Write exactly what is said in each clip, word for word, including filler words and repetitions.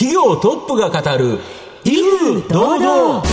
企業トップが語る威風堂々。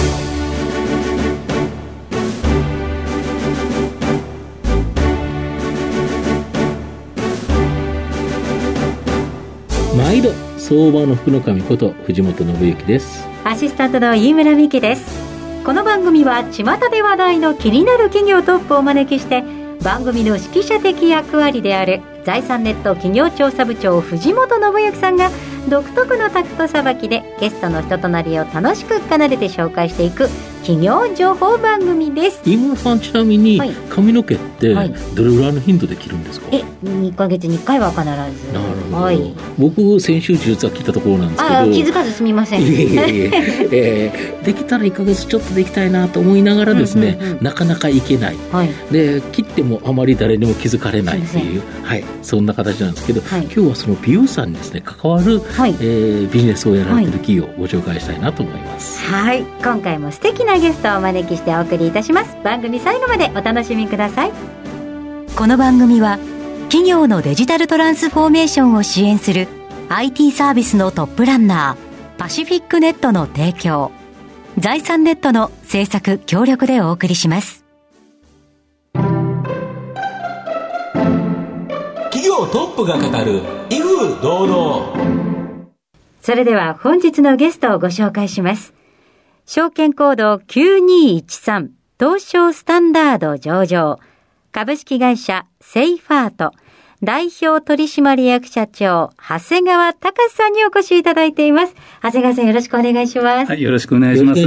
毎度相場の福の神こと藤本信之です。 アシスタントの飯村美希です。この番組は巷で話題の気になる企業トップをお招きして、番組の指揮者的役割である財産ネット企業調査部長藤本信之さんが独特のタクトさばきでゲストの人となりを楽しく奏でて紹介していく企業情報番組です。 飯村さん、ちなみに髪の毛ってどれぐらいの頻度で切るんですか？ えにかげつにいっかいは必ず。 なるほど、 はい、 僕先週実は切ったところなんですけど、 あ気づかずすみません。 いえいえいえ、えー、できたらいっかげつちょっとできたいなと思いながらですね、うんうんうん、なかなかいけない、はい、で切ってもあまり誰にも気づかれないっていう、はい、そんな形なんですけど、はい、今日はその美容師さんにですね関わる、はい、えー、ビジネスをやられている企業をご紹介したいなと思います。 はい、今回も素敵なゲストをお招きしてお送りいたします。番組最後までお楽しみください。この番組は企業のデジタルトランスフォーメーションを支援する アイティー サービスのトップランナーパシフィックネットの提供、財産ネットの制作協力でお送りします。 企業トップが語る威風堂々。 それでは本日のゲストをご紹介します。証券コードきゅうにいちさん東証スタンダード上場株式会社セイファート代表取締役社長長谷川隆さんにお越しいただいています。長谷川さん、よろしくお願いします。 はい、よろしくお願いします。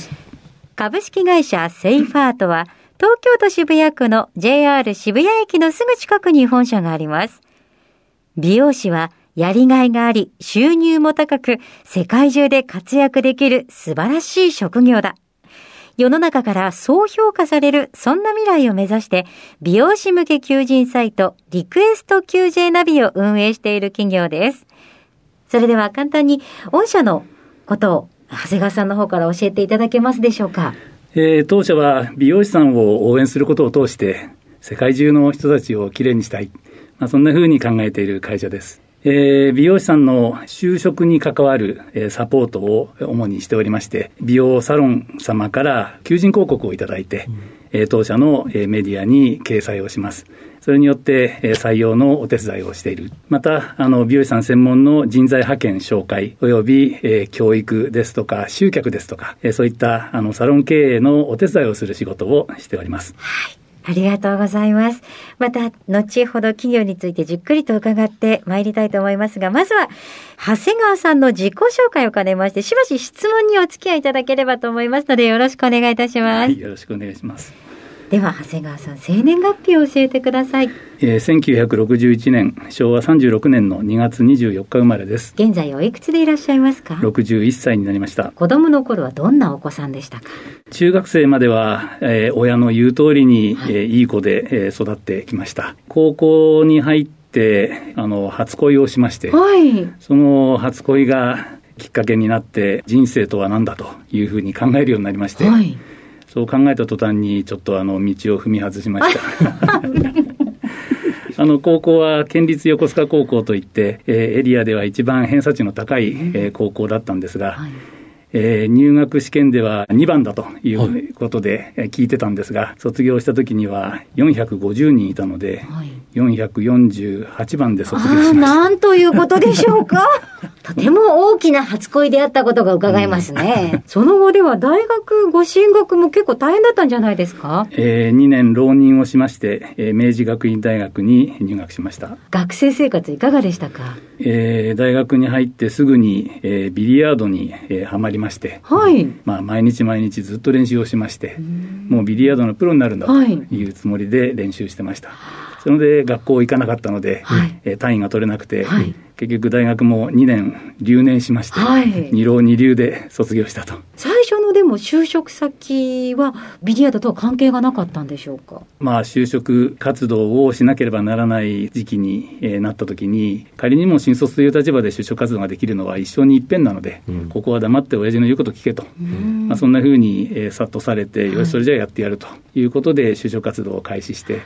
株式会社セイファートは東京都渋谷区の ジェイアール 渋谷駅のすぐ近くに本社があります。美容師はやりがいがあり、収入も高く、世界中で活躍できる素晴らしい職業だ。世の中からそう評価される、そんな未来を目指して、美容師向け求人サイト、リクエスト キュージェー ナビを運営している企業です。それでは簡単に、御社のことを、長谷川さんの方から教えていただけますでしょうか。 えー、当社は美容師さんを応援することを通して、世界中の人たちをきれいにしたい。まあ、そんな風に考えている会社です。えー、美容師さんの就職に関わる、えー、サポートを主にしておりまして、美容サロン様から求人広告をいただいて、うんえー、当社の、えー、メディアに掲載をします。それによって、えー、採用のお手伝いをしている。また、あの美容師さん専門の人材派遣紹介および、えー、教育ですとか集客ですとか、えー、そういったあのサロン経営のお手伝いをする仕事をしております。 はい、ありがとうございます。また後ほど企業についてじっくりと伺ってまいりたいと思いますが、まずは長谷川さんの自己紹介を兼ねまして、しばし質問にお付き合いいただければと思いますので、よろしくお願いいたします。 はい、よろしくお願いします。 では長谷川さん、生年月日を教えてください。 えー、せんきゅうひゃくろくじゅういちねんしょうわさんじゅうろくねんのにがつにじゅうよっか生まれです。 現在おいくつでいらっしゃいますか？ ろくじゅういっさいになりました。 子供の頃はどんなお子さんでしたか？ 中学生までは、えー、親の言う通りに、はいえー、いい子で、えー、育ってきました。高校に入ってあの初恋をしまして、はい、その初恋がきっかけになって人生とは何だというふうに考えるようになりまして、はいそう考えた途端にちょっとあの道を踏み外しましたあの高校は県立横須賀高校といって、えー、エリアでは一番偏差値の高い、えー、高校だったんですが、はいえー、入学試験ではにばんだということで聞いてたんですが、はい、卒業した時にはよんひゃくごじゅうにんいたので、はい、よんひゃくよんじゅうはちばんで卒業しました。 なんということでしょうかとても大きな初恋であったことが伺えますね、うん、その後では大学ご進学も結構大変だったんじゃないですか？ えー、にねん浪人をしまして、えー、明治学院大学に入学しました。 学生生活いかがでしたか？ えー、大学に入ってすぐに、えー、ビリヤードに、えー、ハマりまして、はいまあ、毎日毎日ずっと練習をしまして、もうビリヤードのプロになるんだというつもりで練習してました、はい、それで学校行かなかったので、はいえー、単位が取れなくて、はい結局大学もにねん留年しまして、はい、に浪に留で卒業したと。 最初のでも就職先はビリヤードとは関係がなかったんでしょうか？ まあ就職活動をしなければならない時期に、えー、なった時に、仮にも新卒という立場で就職活動ができるのは一生に一遍なので、うん、ここは黙って親父の言うこと聞けと、まあ、そんな風に、えー、諭されて、はい、よしそれじゃあやってやるということで就職活動を開始して、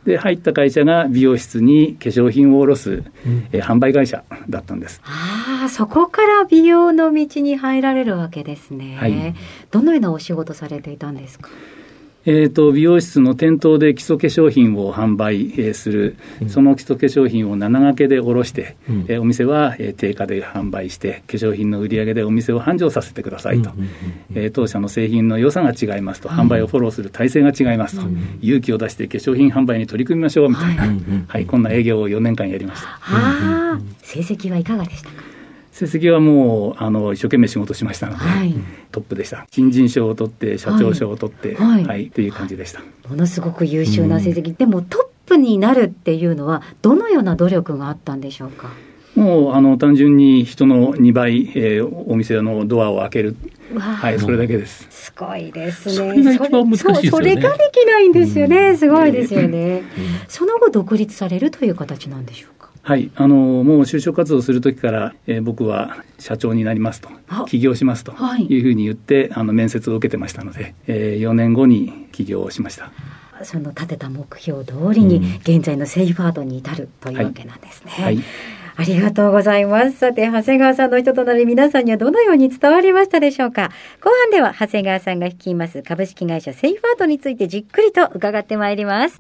で入った会社が美容室に化粧品を卸す、うんえー、販売会社だったんです。 ああ、そこから美容の道に入られるわけですね、はい、どのようなお仕事されていたんですか？ えー、と美容室の店頭で基礎化粧品を販売、えー、する、うん、その基礎化粧品をなな掛けで卸して、うんえー、お店は、えー、定価で販売して化粧品の売り上げでお店を繁盛させてくださいと、うんうんうんえー、当社の製品の良さが違いますと、うん、販売をフォローする体制が違いますと、うん、勇気を出して化粧品販売に取り組みましょうみたいな、はいはい、こんな営業をよねんかんやりました。 あ成績はいかがでしたか？ 成績はもうあの一生懸命仕事しましたので、はい、トップでした。新人賞を取って社長賞を取って、はいはいはい、という感じでした。 ものすごく優秀な成績、うん、でもトップになるっていうのはどのような努力があったんでしょうか？ もうあの単純に人のにばい、えー、お店のドアを開ける、はい、それだけです。 すごいですね。 それが一番難しいですよね。 それができないんですよね、うん、すごいですよね、うん、その後独立されるという形なんでしょうか？ はい、あのもう就職活動するときから、えー、僕は社長になりますと、起業しますというふうに言って、はい、あの面接を受けてましたので、えー、よねんごに起業をしました。 その立てた目標通りに現在のセイファードに至るというわけなんですね、はいはい、ありがとうございます。さて長谷川さんの人となり皆さんにはどのように伝わりましたでしょうか？後半では長谷川さんが率います株式会社セイファードについてじっくりと伺ってまいります。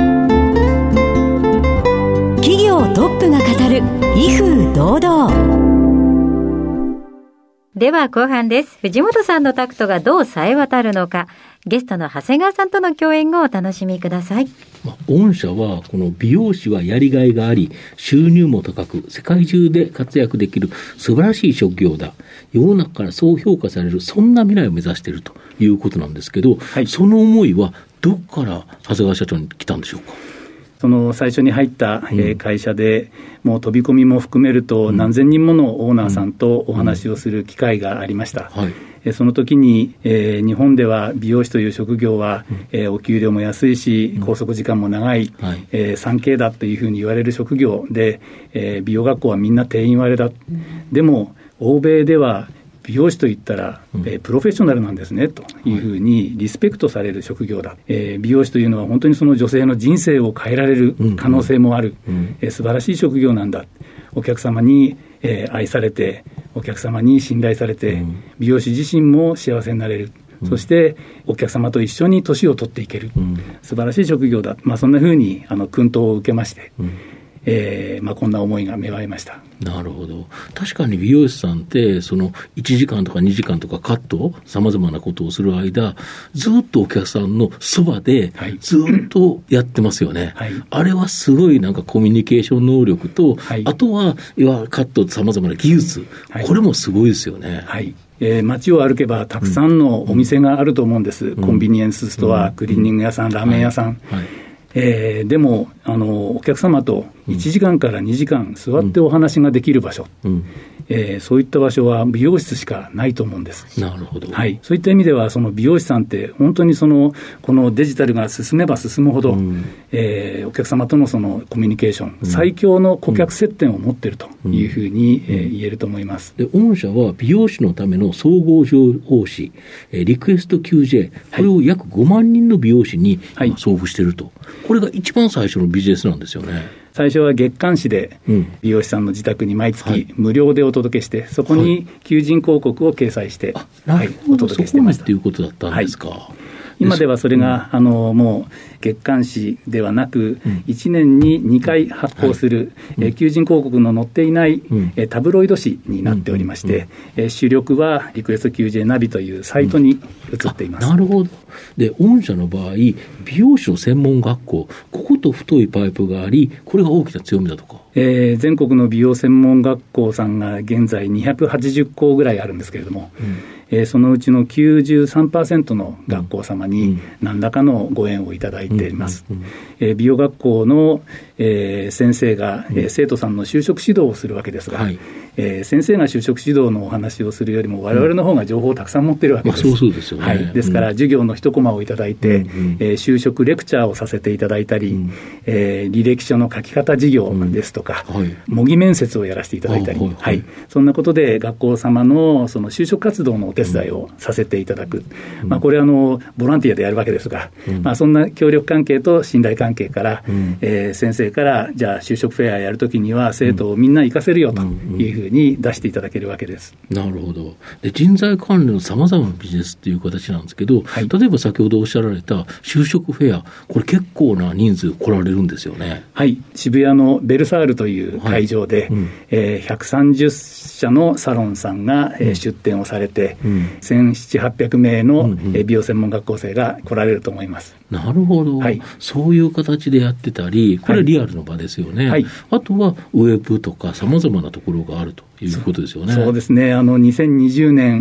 企業トップが語る威風堂々。では後半です。藤本さんのタクトがどう冴え渡るのか、ゲストの長谷川さんとの共演をお楽しみください。 まあ、御社はこの美容師はやりがいがあり収入も高く世界中で活躍できる素晴らしい職業だ、世の中からそう評価される、そんな未来を目指しているということなんですけど、はい、その思いはどこから長谷川社長に来たんでしょうか？ その最初に入った、えー、会社で、うん、もう飛び込みも含めると何千人ものオーナーさんとお話をする機会がありました、うんうんはい、えー、その時に、えー、日本では美容師という職業は、うんえー、お給料も安いし拘束時間も長い、うんはいえー、産経だというふうに言われる職業で、えー、美容学校はみんな定員割れだ、うん、でも欧米では美容師といったら、うんえー、プロフェッショナルなんですねというふうにリスペクトされる職業だ、はいえー、美容師というのは本当にその女性の人生を変えられる可能性もある、うんうんえー、素晴らしい職業なんだ、お客様に、えー、愛されてお客様に信頼されて、うん、美容師自身も幸せになれる、うん、そしてお客様と一緒に年を取っていける、うん、素晴らしい職業だ、まあ、そんなふうにあの薫陶を受けまして、うんえーまあ、こんな思いが芽生えました。 なるほど。確かに美容師さんってそのいちじかんとかにじかんとかカットさまざまなことをする間ずっとお客さんのそばでずっとやってますよね、はい、あれはすごいなんかコミュニケーション能力と、はい、あとはいわゆるカットさまざまな技術、はい、これもすごいですよね。 はいえー、街を歩けばたくさんのお店があると思うんです、うん、コンビニエンスストア、うん、クリーニング屋さん、ラーメン屋さん、はいはいえー、でもあのお客様といちじかんからにじかん座ってお話ができる場所、うんうんえー、そういった場所は美容室しかないと思うんです。 なるほど、 はい、そういった意味ではその美容師さんって本当にそのこのデジタルが進めば進むほど、うんえー、お客様とのそのコミュニケーション、うん、最強の顧客接点を持っているというふうに、うんえー、言えると思います。 で御社は美容師のための総合情報誌、えー、リクエスト キュージェー、 これを約ごまんにんの美容師に、はい、送付していると。これが一番最初のビジネスなんですよね。 最初は月刊誌で美容師さんの自宅に毎月無料でお届けして、はい、そこに求人広告を掲載して、はい、お届けしてました。 ということだったんですか。はい今ではそれが、うん、あのもう月刊誌ではなく、うん、いちねんににかい発行する、はいえー、求人広告の載っていない、うんえー、タブロイド誌になっておりまして、うんうんえー、主力はリクエスト キュージェー ナビというサイトに移っています、 うん、なるほど。で御社の場合美容師の専門学校、ここと太いパイプがあり、これが大きな強みだとか。 えー、全国の美容専門学校さんが現在にひゃくはちじゅっこうぐらいあるんですけれども、うんえー、そのうちの きゅうじゅうさんパーセント の学校様に何らかのご縁をいただいています、うんうんうんえー、美容学校の、えー、先生が、えー、生徒さんの就職指導をするわけですが、はいえー、先生が就職指導のお話をするよりも我々の方が情報をたくさん持っているわけです、 うんまあ、そうそうですよね、 はい、ですから、うん、授業の一コマをいただいて、うんうんえー、就職レクチャーをさせていただいたり、うんえー、履歴書の書き方授業ですとか、うんはい、模擬面接をやらせていただいたり、はいはい、そんなことで学校様 の, その就職活動のお手伝いをさせていただく、うんまあ、これはあのボランティアでやるわけですが、うんまあ、そんな協力関係と信頼関係から、うんえー、先生からじゃあ就職フェアやるときには生徒をみんな活かせるよというふうに出していただけるわけです、 うんうん、なるほど。で人材関連のさまざまなビジネスという形なんですけど、はい、例えば先ほどおっしゃられた就職フェア、これ結構な人数来られるんですよね。 はい、渋谷のベルサールという会場で、はいうんえー、ひゃくさんじゅっしゃのサロンさんが、えー、出展をされて、うん、せんななひゃく、はっぴゃくめいの、うんうんえー、美容専門学校生が来られると思います。 なるほど、はい、そういう形でやってたり、これはリアルの場ですよね、はい、あとはウェブとかさまざまなところがあるということですよね。 そ, そうですね。あのにせんにじゅうねん、うん、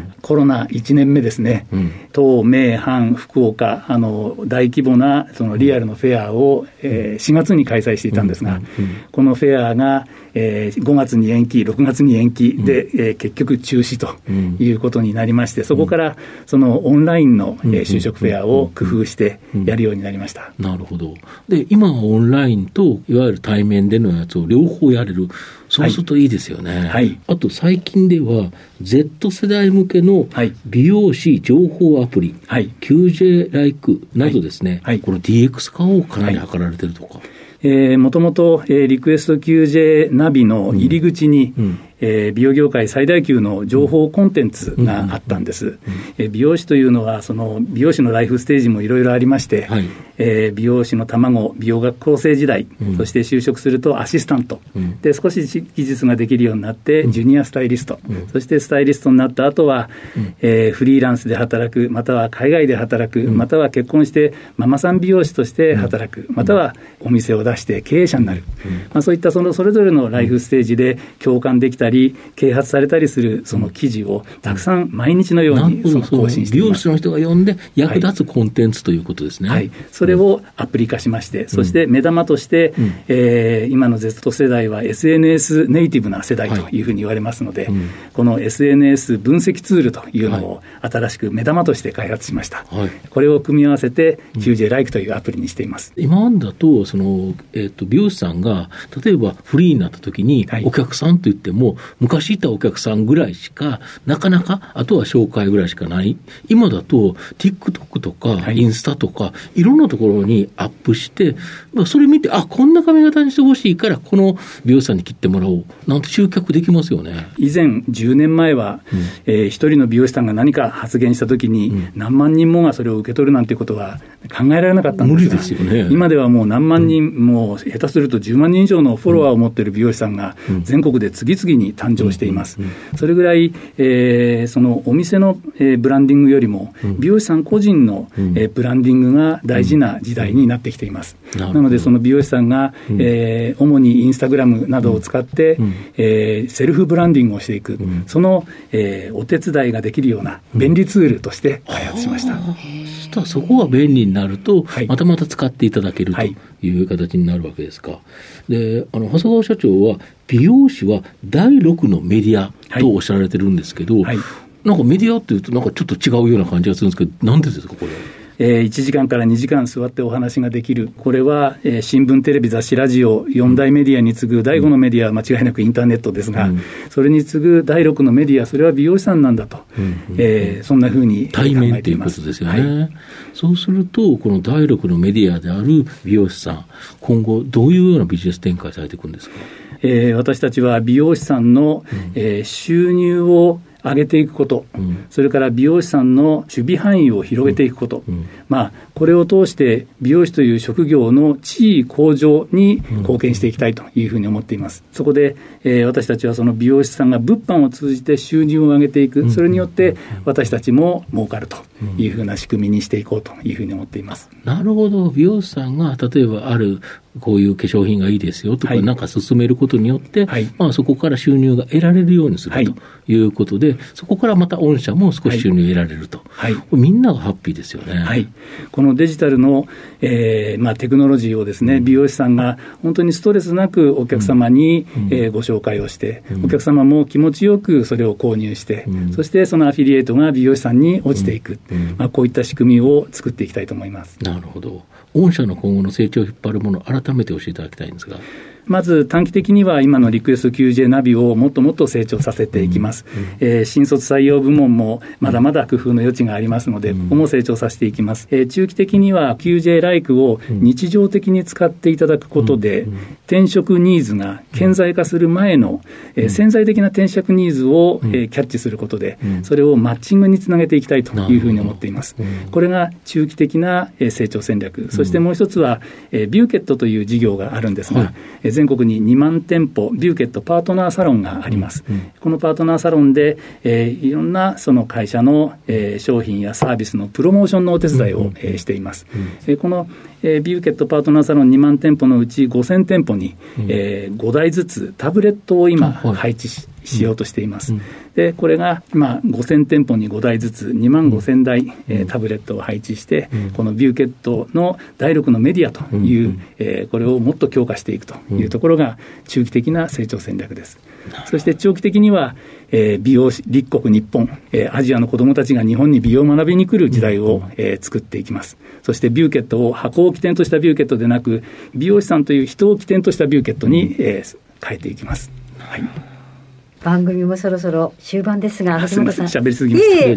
コロナいちねんめですね、うん、東名阪福岡あの大規模なそのリアルのフェアを、えー、しがつに開催していたんですが、うんうんうん、このフェアが、えー、ごがつに延期ろくがつに延期で、うんえー、結局中止ということになりまして、そこからそのオンラインの、えー、就職フェアを工夫してやるようになりました、 うんうんうん、なるほど。で今はオンラインといわゆる対面でのやつを両方やれる、そうするといいですよね、はい、あと最近では Z 世代向けの美容師情報アプリ、はい、キュージェー ライクなどですね、はいはい、この ディーエックス 化をかなり図られているとか、はいえー、もともと、えー、リクエスト キュージェー ナビの入り口に、うんうんえー、美容業界最大級の情報コンテンツがあったんです、うんうんうんえー、美容師というのはその美容師のライフステージもいろいろありまして、はいえー、美容師の卵、美容学校生時代、うん、そして就職するとアシスタント、うん、で少し技術ができるようになってジュニアスタイリスト、うん、そしてスタイリストになった後は、うんえー、フリーランスで働く、または海外で働く、うん、または結婚してママさん美容師として働く、うん、またはお店を出して経営者になる、うんまあ、そういったそのそれぞれのライフステージで共感できたり啓発されたりするその記事をたくさん毎日のようにその更新しています。 美容師の人が読んで役立つコンテンツということですね、 はいはい、それをアプリ化しまして、うん、そして目玉として、うんえー、今の Z 世代は エスエヌエス ネイティブな世代というふうに言われますので、はいうん、この エスエヌエス 分析ツールというのを新しく目玉として開発しました、はい、これを組み合わせて キュージェー ライクというアプリにしています、 うん、今だとその、えー、と美容師さんが例えばフリーになった時に、はい、お客さんといっても昔いたお客さんぐらいしかなかなかあとは紹介ぐらいしかない。今だと TikTok とか、はい、インスタとかいろんなところにアップして、まあ、それ見てあこんな髪型にしてほしいからこの美容師さんに切ってもらおうなんて集客できますよね。 以前じゅうねんまえは、うんえー、一人の美容師さんが何か発言したときに、うん、何万人もがそれを受け取るなんていうことは考えられなかったんですが、無理ですよね。今ではもう何万人、うん、もう下手するとじゅうまんにん以上のフォロワーを持っている美容師さんが全国で次々に誕生しています、うんうんうん、それぐらい、えー、そのお店の、えー、ブランディングよりも、うん、美容師さん個人の、うんえー、ブランディングが大事な時代になってきています、うん、なのでその美容師さんが、うんえー、主にインスタグラムなどを使って、うんえー、セルフブランディングをしていく、うん、その、えー、お手伝いができるような便利ツールとして開発しました、うん、そしたらそこが便利になると、はい、またまた使っていただけるという形になるわけですか。であの長谷川社長は美容師はだいろくのメディアとおっしゃられてるんですけど、はいはい、なんかメディアっていうとなんかちょっと違うような感じがするんですけど、なんでですかこれ。 えー、いちじかんからにじかん座ってお話ができる。これは、えー、新聞、テレビ、雑誌、ラジオよん大メディアに次ぐだいごのメディアは間違いなくインターネットですが、うん、それに次ぐだいろくのメディア、それは美容師さんなんだと、うんうんえー、そんなふうに考えています。 対面ということですよね、はい、そうするとこのだいろくのメディアである美容師さん、今後どういうようなビジネス展開されていくんですか。 えー、私たちは美容師さんの、うんえー、収入を上げていくこと、うん、それから美容師さんの守備範囲を広げていくこと、うんうんまあ、これを通して美容師という職業の地位向上に貢献していきたいというふうに思っています、うん、そこで、えー、私たちはその美容師さんが物販を通じて収入を上げていく、それによって私たちも儲かるというふうな仕組みにしていこうというふうに思っています、 うん、なるほど。美容師さんが例えばあるこういう化粧品がいいですよとか、はい、なんか進めることによって、はいまあ、そこから収入が得られるようにするということで、はい、 でそこからまた御社も少し収入を得られると、 はい、 みんながハッピーですよね。 はい、このデジタルの、えーまあ、テクノロジーをですね、うん、美容師さんが本当にストレスなくお客様に、うんえー、ご紹介をして、うん、お客様も気持ちよくそれを購入して、うん、そしてそのアフィリエイトが美容師さんに落ちていく、うんうんまあ、こういった仕組みを作っていきたいと思います。 なるほど。御社の今後の成長を引っ張るものを改めて教えていただきたいんですが、 まず短期的には今のリクエスト キュージェー ナビをもっともっと成長させていきます、うんうんえー、新卒採用部門もまだまだ工夫の余地がありますので、うん、ここも成長させていきます、えー、中期的には キュージェー ライクを日常的に使っていただくことで、うんうん、転職ニーズが顕在化する前の、えー、潜在的な転職ニーズを、えー、キャッチすることで、うん、それをマッチングにつなげていきたいというふうに思っています、うん、これが中期的な、えー、成長戦略、うん、そしてもう一つは、えー、ビューケットという事業があるんですが、はいえー、全国ににまん店舗ビューケットパートナーサロンがあります、うんうん、このパートナーサロンで、えー、いろんなその会社の、えー、商品やサービスのプロモーションのお手伝いを、うんうんえー、しています、うんえー、この、えー、ビューケットパートナーサロンにまん店舗のうちごせん店舗に、うんえー、ごだいずつタブレットを今配置 し,、はい、しようとしています、うん、でこれが今ごせん店舗にごだいずつにまんごせんだい、うんえー、タブレットを配置して、うん、このビューケットのだいろくのメディアという、うんえー、これをもっと強化していくというところが中期的な成長戦略です。そして長期的には、えー、美容立国日本、えー、アジアの子どもたちが日本に美容を学びに来る時代を、えー、作っていきます。そしてビューケットを箱を起点としたビューケットでなく美容師さんという人を起点としたビューケットに、えー、変えていきます、はい、 番組もそろそろ終盤ですが、 藤本さん喋りすぎました。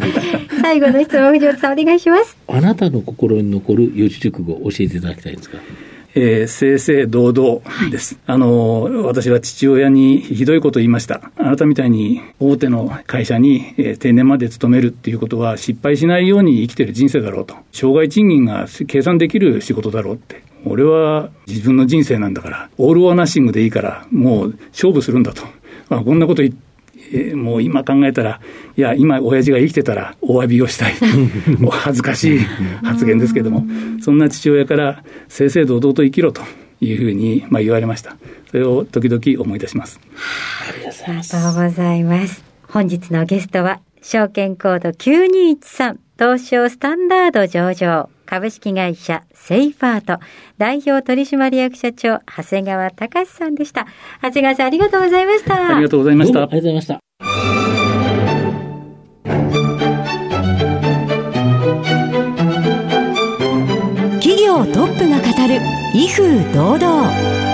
最後の質問、藤本さんお願いします。 あなたの心に残る四字熟語を教えていただきたいんですか。 えー、正々堂々です、はい、あの私は父親にひどいことを言いました。あなたみたいに大手の会社に、えー、定年まで勤めるっていうことは失敗しないように生きてる人生だろうと、生涯賃金が計算できる仕事だろうって、俺は自分の人生なんだからオールオアナッシングでいいからもう勝負するんだと、まあ、こんなこと言ってえー、もう今考えたら、いや今親父が生きてたらお詫びをしたいもう恥ずかしい発言ですけども、そんな父親から正々堂々と生きろというふうに、まあ、言われました。それを時々思い出します。 ありがとうございます。本日のゲストは証券コードきゅうにいちさん東証スタンダード上場株式会社セイファート代表取締役社長長谷川隆さんでした。長谷川さんありがとうございました。 ありがとうございました。 ありがとうございました。 企業トップが語る威風堂々。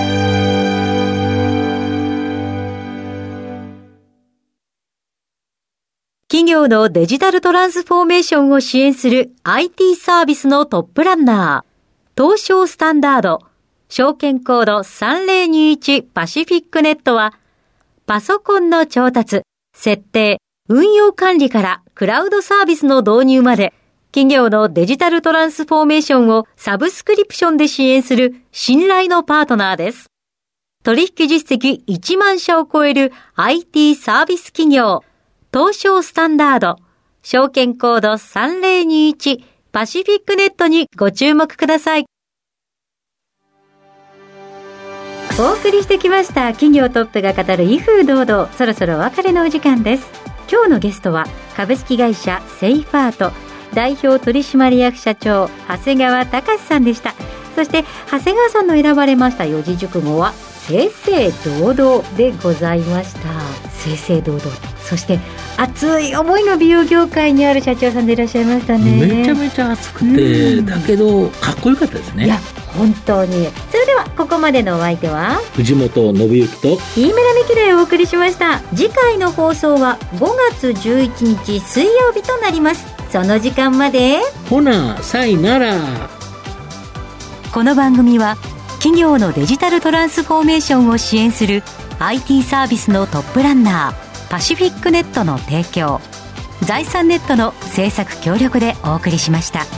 企業のデジタルトランスフォーメーションを支援する アイティー サービスのトップランナー、東証スタンダード、証券コードさんぜろにいちパシフィックネットは、パソコンの調達、設定、運用管理からクラウドサービスの導入まで、企業のデジタルトランスフォーメーションをサブスクリプションで支援する信頼のパートナーです。取引実績いちまんしゃを超える アイティー サービス企業、東証スタンダード、証券コードさんぜろにいちパシフィックネットにご注目ください。お送りしてきました企業トップが語る威風堂々、そろそろお別れのお時間です。今日のゲストは株式会社セイファート代表取締役社長長谷川隆さんでした。そして長谷川さんの選ばれました四字熟語は正々堂々でございました。正々堂々と、そして熱い思いの美容業界にある社長さんでいらっしゃいましたね。 めちゃめちゃ熱くて、うん、だけどかっこよかったですね。 いや本当に。それではここまでのお相手は藤本信之と飯村美希でお送りしました。次回の放送はごがつじゅういちにち水曜日となります。その時間までほなさいなら。 この番組は企業のデジタルトランスフォーメーションを支援する アイティー サービスのトップランナーパシフィックネットの提供、財産ネットの制作協力でお送りしました。